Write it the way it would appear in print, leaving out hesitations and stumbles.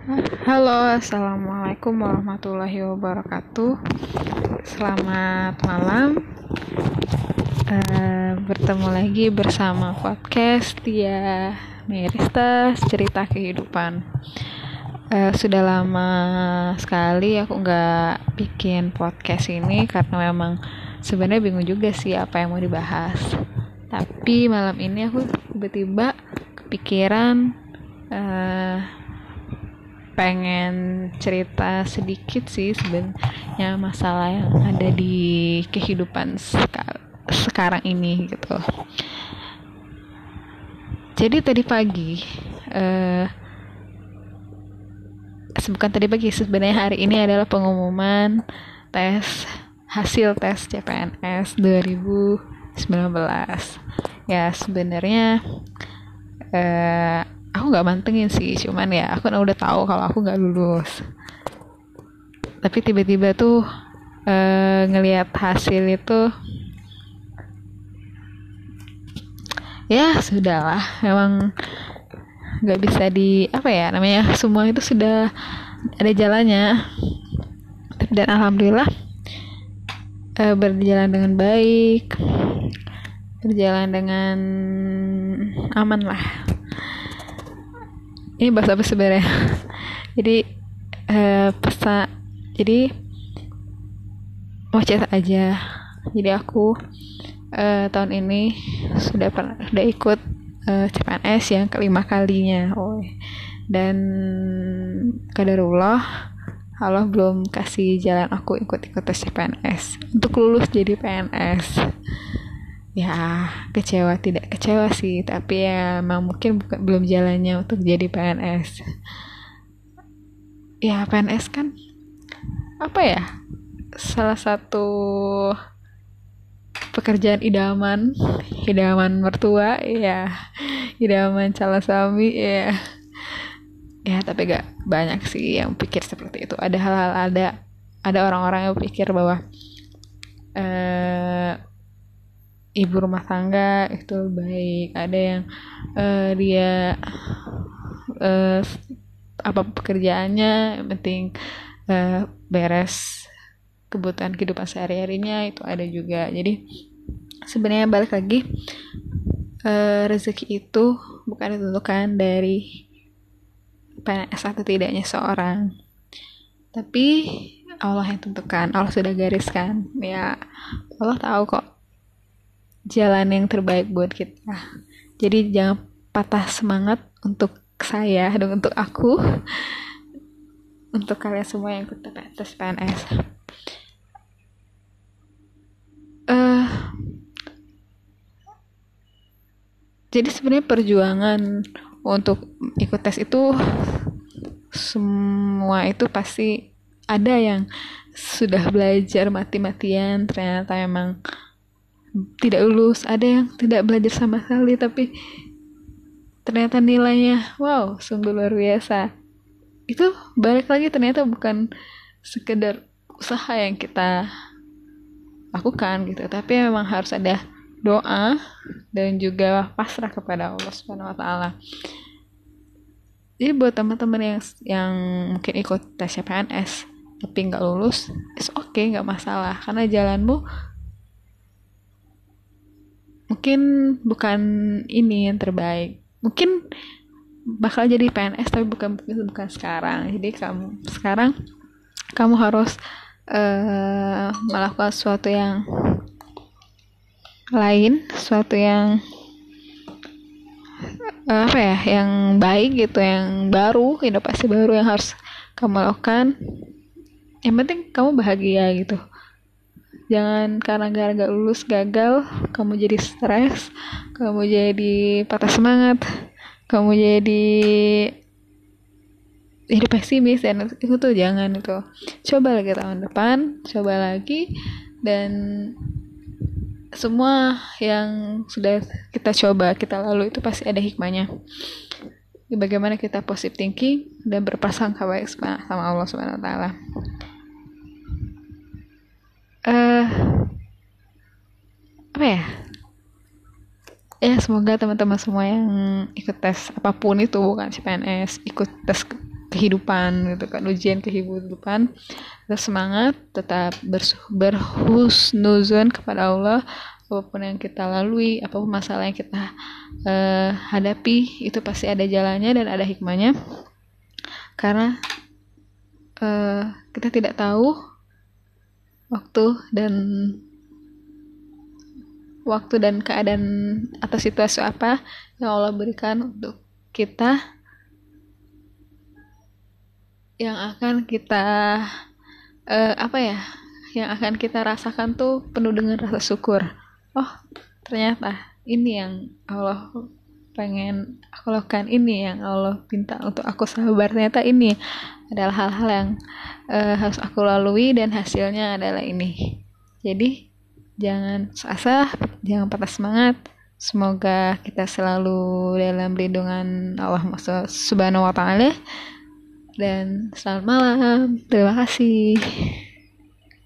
Halo, assalamualaikum warahmatullahi wabarakatuh. Selamat malam. Bertemu lagi bersama podcast Tia Merista Cerita Kehidupan. Sudah lama sekali aku nggak bikin podcast ini karena memang sebenarnya bingung juga sih apa yang mau dibahas. Tapi malam ini aku tiba-tiba kepikiran pengen cerita sedikit sih sebenarnya masalah yang ada di kehidupan sekarang ini gitu. Jadi tadi pagi, bukan tadi pagi, sebenarnya hari ini adalah pengumuman hasil tes CPNS 2019. Ya sebenarnya aku nggak mantengin sih, cuman ya aku udah tahu kalau aku nggak lulus. Tapi tiba-tiba tuh ngelihat hasil itu, ya sudahlah, memang nggak bisa namanya semua itu sudah ada jalannya. Dan alhamdulillah berjalan dengan baik, berjalan dengan aman lah. Ini bahasa apa sebenarnya? Jadi jadi mau cerita aja. Jadi aku tahun ini sudah ikut CPNS yang kelima kalinya. Dan qadarullah, Allah belum kasih jalan aku ikut tes CPNS untuk lulus jadi PNS. Ya tidak kecewa sih, tapi ya emang mungkin belum jalannya untuk jadi PNS. Ya PNS kan salah satu pekerjaan idaman mertua, ya idaman calon suami, ya tapi gak banyak sih yang pikir seperti itu. Ada orang-orang yang pikir bahwa ibu rumah tangga itu baik, ada yang dia apa pekerjaannya yang penting beres kebutuhan kehidupan sehari-harinya, itu ada juga. Jadi sebenarnya balik lagi, rezeki itu bukan ditentukan dari PNS atau tidaknya seorang, tapi Allah yang tentukan. Allah sudah gariskan, ya Allah tahu kok jalan yang terbaik buat kita. Jadi jangan patah semangat untuk saya dan untuk aku, untuk kalian semua yang ikut tes PNS. Jadi sebenarnya perjuangan untuk ikut tes itu, semua itu pasti ada yang sudah belajar mati-matian ternyata emang tidak lulus, ada yang tidak belajar sama sekali tapi ternyata nilainya wow sungguh luar biasa. Itu balik lagi, ternyata bukan sekedar usaha yang kita lakukan gitu, tapi memang harus ada doa dan juga pasrah kepada Allah Subhanahu wa taala. Jadi buat teman-teman yang mungkin ikut tes CPNS tapi nggak lulus, it's okay, nggak masalah, karena jalanmu mungkin bukan ini yang terbaik. Mungkin bakal jadi PNS tapi bukan sekarang. Jadi sekarang kamu harus melakukan sesuatu yang lain, sesuatu yang yang baik gitu, yang baru, inovasi baru yang harus kamu lakukan. Yang penting kamu bahagia gitu. Jangan karena gara-gara lulus gagal kamu jadi stres, kamu jadi patah semangat, kamu jadi pesimis, dan itu tuh jangan. Itu coba lagi tahun depan, coba lagi, dan semua yang sudah kita coba, kita lalui itu pasti ada hikmahnya. Bagaimana kita positive thinking dan berprasangka baik sama Allah Subhanahu wa taala. Semoga teman-teman semua yang ikut tes apapun itu, bukan CPNS, ikut tes kehidupan gitu kan, ujian kehidupan. Tetap semangat, tetap berhusnuzon kepada Allah. Apapun yang kita lalui, apapun masalah yang kita hadapi, itu pasti ada jalannya dan ada hikmahnya, karena kita tidak tahu waktu dan keadaan atau situasi apa yang Allah berikan untuk kita, yang akan kita yang akan kita rasakan tuh penuh dengan rasa syukur. Oh, ternyata ini yang Allah pengen aku lakukan, ini yang Allah minta untuk aku sabar, ternyata ini adalah hal-hal yang harus aku lalui dan hasilnya adalah ini. Jadi jangan asa, jangan patah semangat. Semoga kita selalu dalam lindungan Allah Subhanahu wa Ta'ala. Dan selamat malam, terima kasih.